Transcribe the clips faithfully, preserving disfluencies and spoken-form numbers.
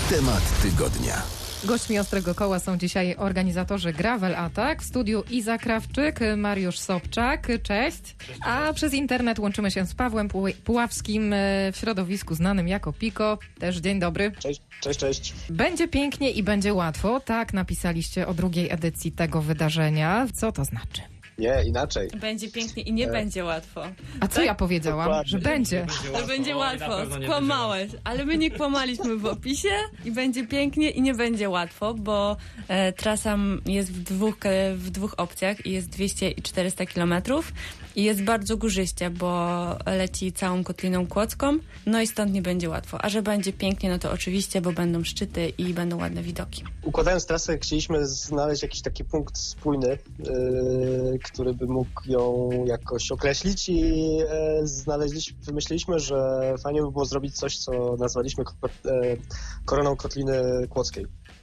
Temat tygodnia. Gośćmi Ostrego Koła są dzisiaj organizatorzy Gravel Attack. W studiu Iza Krawczyk, Mariusz Sobczak. Cześć. A przez internet łączymy się z Pawłem Puławskim w środowisku znanym jako Piko. Też dzień dobry. Cześć, cześć, cześć. Będzie pięknie i będzie łatwo. Tak napisaliście o drugiej edycji tego wydarzenia. Co to znaczy? Nie, inaczej. Będzie pięknie i nie e... będzie łatwo. A co tak? Ja powiedziałam? Dokładnie. Że będzie. To będzie łatwo. Skłamałeś. Ale my nie kłamaliśmy w opisie i będzie pięknie i nie będzie łatwo, bo e, trasa jest w dwóch, w dwóch opcjach i jest dwieście i czterysta kilometrów i jest bardzo górzyście, bo leci całą Kotliną Kłodzką, no i stąd nie będzie łatwo. A że będzie pięknie, no to oczywiście, bo będą szczyty i będą ładne widoki. Układając trasę, chcieliśmy znaleźć jakiś taki punkt spójny, yy, który by mógł ją jakoś określić i yy, znaleźliśmy, wymyśliliśmy, że fajnie by było zrobić coś, co nazwaliśmy ko- yy, koroną Kotliny Kłodzkiej.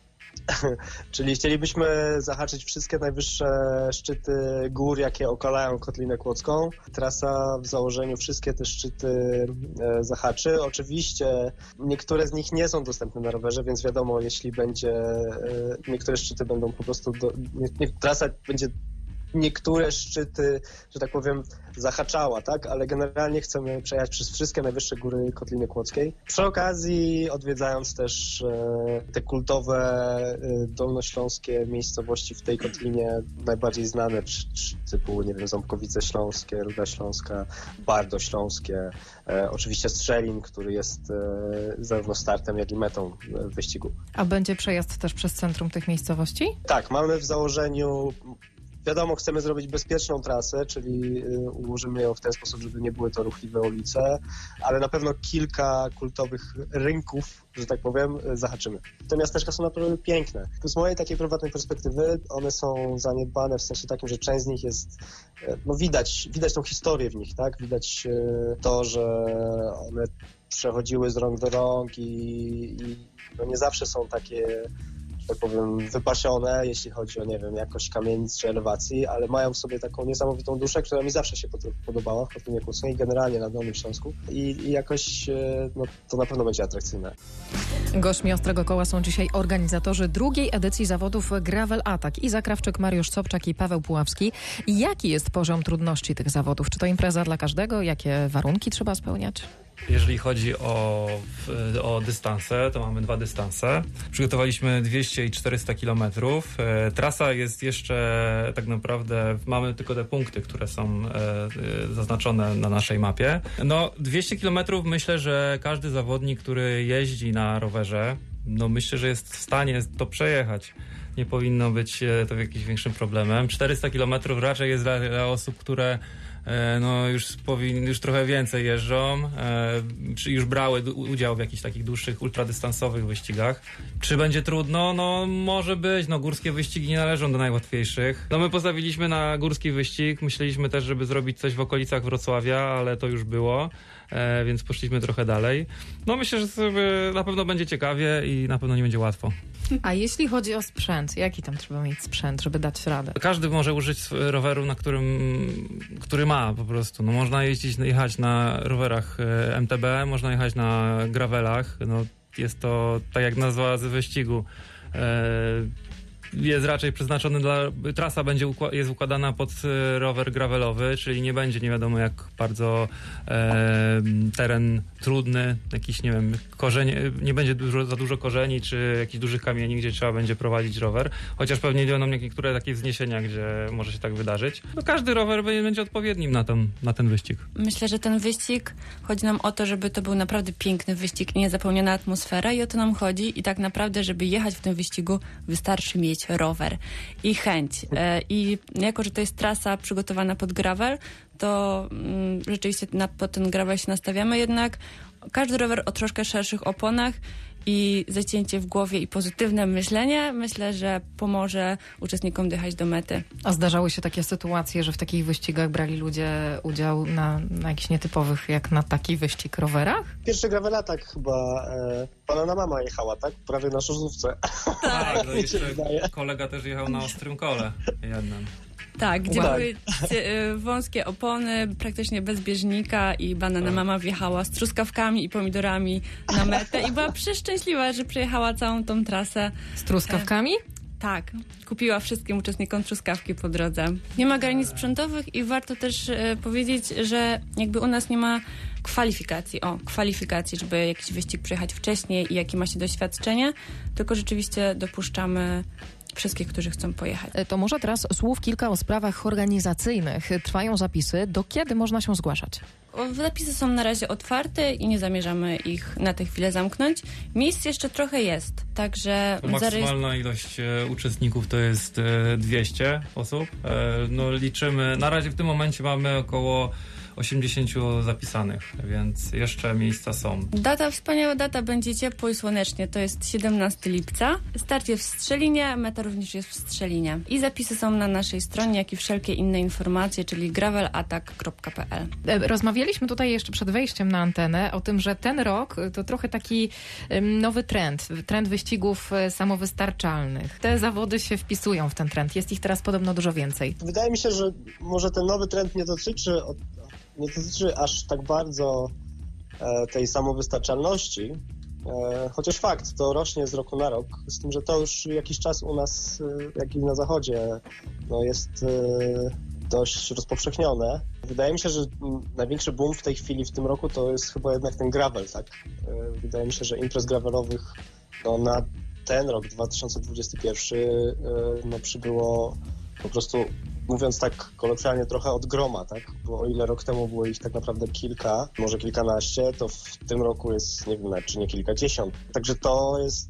Czyli chcielibyśmy zahaczyć wszystkie najwyższe szczyty gór, jakie okalają Kotlinę Kłodzką. Trasa w założeniu wszystkie te szczyty e, zahaczy. Oczywiście niektóre z nich nie są dostępne na rowerze, więc wiadomo, jeśli będzie, e, niektóre szczyty będą po prostu, do, nie, nie, trasa będzie niektóre szczyty, że tak powiem, zahaczała, tak? Ale generalnie chcemy przejechać przez wszystkie najwyższe góry Kotliny Kłodzkiej. Przy okazji odwiedzając też e, te kultowe e, dolnośląskie miejscowości w tej kotlinie, najbardziej znane, typu, nie wiem, Ząbkowice Śląskie, Ruda Śląska, Bardo Śląskie, e, oczywiście Strzelin, który jest e, zarówno startem, jak i metą e, wyścigu. A będzie przejazd też przez centrum tych miejscowości? Tak, mamy w założeniu. Wiadomo, chcemy zrobić bezpieczną trasę, czyli ułożymy ją w ten sposób, żeby nie były to ruchliwe ulice, ale na pewno kilka kultowych rynków, że tak powiem, zahaczymy. Te miasteczka są naprawdę piękne. Z mojej takiej prywatnej perspektywy one są zaniedbane w sensie takim, że część z nich jest, no widać, widać tą historię w nich, tak? Widać to, że one przechodziły z rąk do rąk i, i no nie zawsze są takie, tak powiem, wypasione, jeśli chodzi o, nie wiem, jakość kamienic czy elewacji, ale mają w sobie taką niesamowitą duszę, która mi zawsze się podobała w Kotlinie Kłodzkiej i generalnie na Dolnym Śląsku i, i jakoś no, to na pewno będzie atrakcyjne. Gośćmi Ostrego Koła są dzisiaj organizatorzy drugiej edycji zawodów Gravel Attack. Iza Krawczyk, Mariusz Sobczak i Paweł Puławski. Jaki jest poziom trudności tych zawodów? Czy to impreza dla każdego? Jakie warunki trzeba spełniać? Jeżeli chodzi o, o dystanse, to mamy dwa dystanse. Przygotowaliśmy dwieście i czterysta kilometrów. E, trasa jest jeszcze tak naprawdę, mamy tylko te punkty, które są e, zaznaczone na naszej mapie. No dwieście kilometrów myślę, że każdy zawodnik, który jeździ na rowerze, no myślę, że jest w stanie to przejechać. Nie powinno być to jakimś większym problemem. czterysta kilometrów raczej jest dla, dla osób, które no już, powin, już trochę więcej jeżdżą, czy już brały udział w jakichś takich dłuższych, ultradystansowych wyścigach. Czy będzie trudno? No może być. No górskie wyścigi nie należą do najłatwiejszych. No my postawiliśmy na górski wyścig. Myśleliśmy też, żeby zrobić coś w okolicach Wrocławia, ale to już było, więc poszliśmy trochę dalej. No myślę, że sobie na pewno będzie ciekawie i na pewno nie będzie łatwo. A jeśli chodzi o sprzęt, jaki tam trzeba mieć sprzęt, żeby dać radę? Każdy może użyć roweru, na którym, który ma po prostu. No, można jeździć, jechać na rowerach M T B, można jechać na gravelach. No, jest to, tak jak nazwa z wyścigu, jest raczej przeznaczony dla... Trasa będzie ukła- jest układana pod rower gravelowy, czyli nie będzie nie wiadomo jak bardzo e, teren trudny, jakiś, nie wiem, korzenie, nie będzie dużo, za dużo korzeni, czy jakichś dużych kamieni, gdzie trzeba będzie prowadzić rower, chociaż pewnie będą niektóre takie wzniesienia, gdzie może się tak wydarzyć. No każdy rower będzie odpowiednim na ten, na ten wyścig. Myślę, że ten wyścig, chodzi nam o to, żeby to był naprawdę piękny wyścig i niezapomniana atmosfera i o to nam chodzi i tak naprawdę, żeby jechać w tym wyścigu, wystarczy mieć rower i chęć. I jako, że to jest trasa przygotowana pod gravel, to mm, rzeczywiście na, pod ten gravel się nastawiamy, jednak każdy rower o troszkę szerszych oponach i zacięcie w głowie i pozytywne myślenie, myślę, że pomoże uczestnikom dojechać do mety. A zdarzały się takie sytuacje, że w takich wyścigach brali ludzie udział na, na jakichś nietypowych, jak na taki wyścig, rowerach? Pierwszy Gravel Attack chyba e, pana mama jechała, tak? Prawie na szorzówce. Tak, no jeszcze kolega też jechał na ostrym kole jednym. Tak, gdzie Wow. były y, wąskie opony, praktycznie bez bieżnika i banana mama wjechała z truskawkami i pomidorami na metę i była przeszczęśliwa, że przejechała całą tą trasę. Z truskawkami? Tak, kupiła wszystkim uczestnikom truskawki po drodze. Nie ma granic sprzętowych i warto też e, powiedzieć, że jakby u nas nie ma kwalifikacji, o, kwalifikacji, żeby jakiś wyścig przejechać wcześniej i jakie ma się doświadczenie, tylko rzeczywiście dopuszczamy wszystkich, którzy chcą pojechać. To może teraz słów kilka o sprawach organizacyjnych. Trwają zapisy. Do kiedy można się zgłaszać? O, Zapisy są na razie otwarte i nie zamierzamy ich na tę chwilę zamknąć. Miejsc jeszcze trochę jest, także... To maksymalna ilość e, uczestników to jest e, dwieście osób. E, no liczymy, na razie w tym momencie mamy około osiemdziesięciu zapisanych, więc jeszcze miejsca są. Data, wspaniała data, będzie ciepło i słonecznie, to jest siedemnastego lipca. Start jest w Strzelinie, meta również jest w Strzelinie. I zapisy są na naszej stronie, jak i wszelkie inne informacje, czyli gravel attack kropka p l. Rozmawialiśmy tutaj jeszcze przed wejściem na antenę o tym, że ten rok to trochę taki em, nowy trend, trend wyścigów e, samowystarczalnych. Te zawody się wpisują w ten trend, jest ich teraz podobno dużo więcej. Wydaje mi się, że może ten nowy trend nie dotyczy, nie dotyczy aż tak bardzo e, tej samowystarczalności, e, chociaż fakt, to rośnie z roku na rok, z tym, że to już jakiś czas u nas, e, jak i na zachodzie, no jest e, dość rozpowszechnione. Wydaje mi się, że największy boom w tej chwili w tym roku to jest chyba jednak ten gravel, tak? E, wydaje mi się, że imprez gravelowych no, na ten rok, dwa tysiące dwudziesty pierwszy, e, no, przybyło po prostu, mówiąc tak kolokwialnie, trochę od groma, tak? Bo o ile rok temu było ich tak naprawdę kilka, może kilkanaście, to w tym roku jest, nie wiem, czy nie kilkadziesiąt. Także to jest,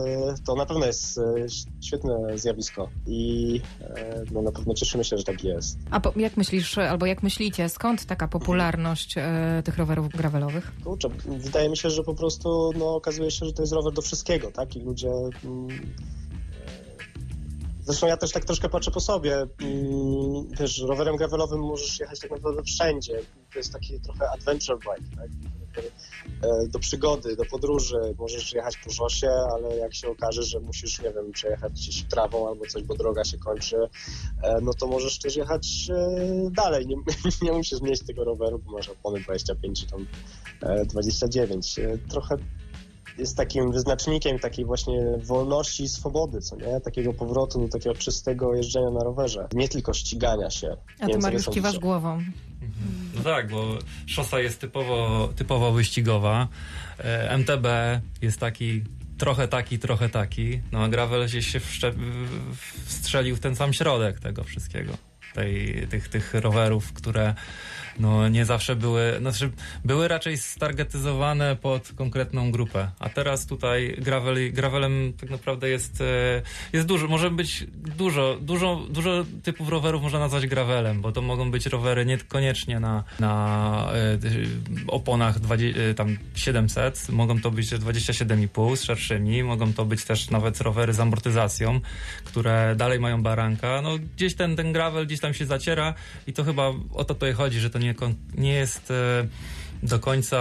to na pewno jest świetne zjawisko i no, na pewno cieszymy się, że tak jest. A po, jak myślisz, albo jak myślicie, skąd taka popularność e, tych rowerów gravelowych? Kurczę, wydaje mi się, że po prostu no, okazuje się, że to jest rower do wszystkiego, tak? I ludzie... Mm, Zresztą ja też tak troszkę patrzę po sobie. Wiesz, rowerem gravelowym możesz jechać tak naprawdę wszędzie. To jest taki trochę adventure bike, tak? Do przygody, do podróży. Możesz jechać po szosie, ale jak się okaże, że musisz, nie wiem, przejechać gdzieś trawą albo coś, bo droga się kończy, no to możesz też jechać dalej. Nie, nie musisz mieć tego roweru, bo masz opony dwadzieścia pięć czy tam dwadzieścia dziewięć. Trochę jest takim wyznacznikiem takiej właśnie wolności i swobody, co nie? Takiego powrotu do takiego czystego jeżdżenia na rowerze. Nie tylko ścigania się. A ty, Mariusz, kiwasz głową. No tak, bo szosa jest typowo, typowo wyścigowa. M T B jest taki trochę taki, trochę taki. No a gravel gdzieś się wszczep- wstrzelił w ten sam środek tego wszystkiego. Tej, tych, tych rowerów, które no nie zawsze były, znaczy były raczej stargetyzowane pod konkretną grupę, a teraz tutaj gravel, gravelem tak naprawdę jest, jest dużo, może być dużo, dużo, dużo typów rowerów można nazwać gravelem, bo to mogą być rowery niekoniecznie na, na y, oponach dwadzieścia, tam siedemset, mogą to być dwadzieścia siedem i pół z szerszymi, mogą to być też nawet rowery z amortyzacją, które dalej mają baranka, no gdzieś ten, ten gravel gdzieś tam się zaciera i to chyba o to tutaj chodzi, że to nie, nie jest e, do końca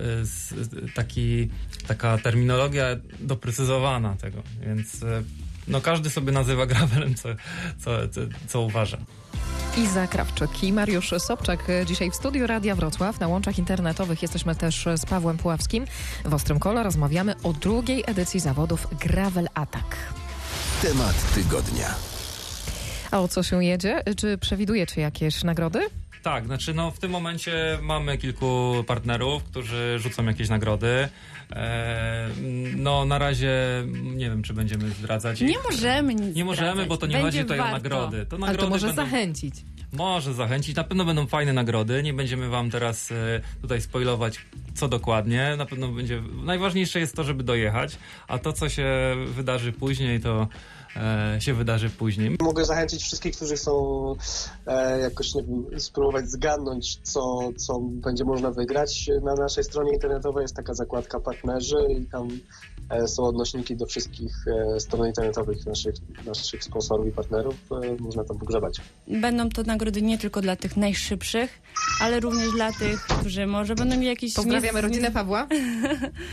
e, taki, taka terminologia doprecyzowana tego, więc e, no każdy sobie nazywa gravelem, co, co, co, co uważa. Iza Krawczyk i Mariusz Sobczak dzisiaj w studiu Radia Wrocław. Na łączach internetowych jesteśmy też z Pawłem Puławskim. W Ostrym Kole rozmawiamy o drugiej edycji zawodów Gravel Attack. Temat tygodnia. A o co się jedzie? Czy przewidujecie jakieś nagrody? Tak, znaczy no w tym momencie mamy kilku partnerów, którzy rzucą jakieś nagrody. Eee, no na razie nie wiem, czy będziemy zdradzać. Nie ich. możemy nic Nie możemy, zdradzać. bo to nie Będzie chodzi tutaj warto. o nagrody. To nagrody Ale to może będą... zachęcić. Może zachęcić. Na pewno będą fajne nagrody. Nie będziemy wam teraz e, tutaj spoilować, co dokładnie. Na pewno będzie... Najważniejsze jest to, żeby dojechać, a to, co się wydarzy później, to e, się wydarzy później. Mogę zachęcić wszystkich, którzy chcą e, jakoś, nie wiem, spróbować zgadnąć, co, co będzie można wygrać. Na naszej stronie internetowej jest taka zakładka partnerzy i tam e, są odnośniki do wszystkich e, stron internetowych naszych, naszych sponsorów i partnerów. E, można tam pogrzebać. Będą to nagrody nie tylko dla tych najszybszych, ale również dla tych, którzy może będą mieli jakieś... Pozdrawiamy nie... rodzinę Pawła.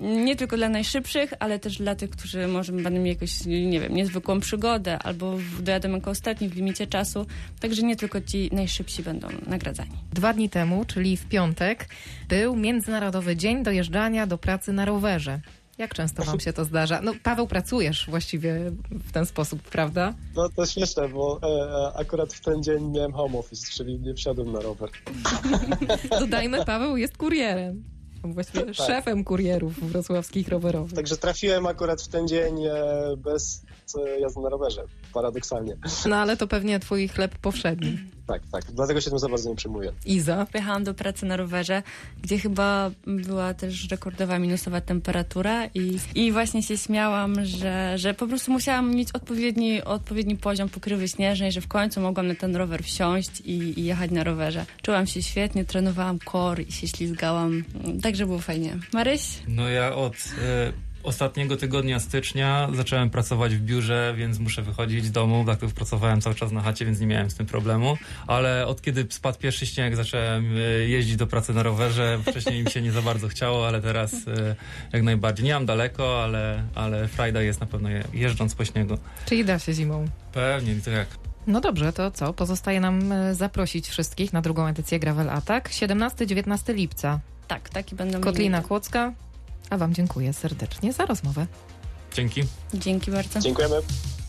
nie tylko dla najszybszych, ale też dla tych, którzy może będą mieli jakąś, nie wiem, niezwykłą przygodę albo dojadą jako ostatni w limicie czasu. Także nie tylko ci najszybsi będą nagradzani. Dwa dni temu, czyli w piątek, był Międzynarodowy Dzień Dojeżdżania do pracy na rowerze. Jak często wam się to zdarza? No, Paweł, pracujesz właściwie w ten sposób, prawda? No to śmieszne, bo e, akurat w ten dzień miałem home office, czyli nie wsiadłem na rower. Dodajmy, Paweł jest kurierem. Właściwie Tak. szefem kurierów wrocławskich rowerowych. Także trafiłem akurat w ten dzień e, bez e, jazdy na rowerze, paradoksalnie. No ale to pewnie twój chleb powszedni. Tak, tak, dlatego się tym za bardzo nie przejmuję. Iza? Pojechałam do pracy na rowerze, gdzie chyba była też rekordowa minusowa temperatura i, i właśnie się śmiałam, że, że po prostu musiałam mieć odpowiedni, odpowiedni poziom pokrywy śnieżnej, że w końcu mogłam na ten rower wsiąść i, i jechać na rowerze. Czułam się świetnie, trenowałam core i się ślizgałam, także było fajnie. Maryś? No ja od e, ostatniego tygodnia stycznia zacząłem pracować w biurze, więc muszę wychodzić z domu. Tak to pracowałem cały czas na chacie, więc nie miałem z tym problemu. Ale od kiedy spadł pierwszy śnieg, zacząłem e, jeździć do pracy na rowerze. Wcześniej mi się nie za bardzo chciało, ale teraz e, jak najbardziej. Nie mam daleko, ale, ale frajda jest na pewno je, jeżdżąc po śniegu. Czyli da się zimą. Pewnie, to jak. No dobrze, to co? Pozostaje nam e, zaprosić wszystkich na drugą edycję Gravel Attack. siedemnastego dziewiętnastego lipca. Tak, taki będą Kotlina limity. Kłodzka. A wam dziękuję serdecznie za rozmowę. Dzięki. Dzięki bardzo. Dziękujemy.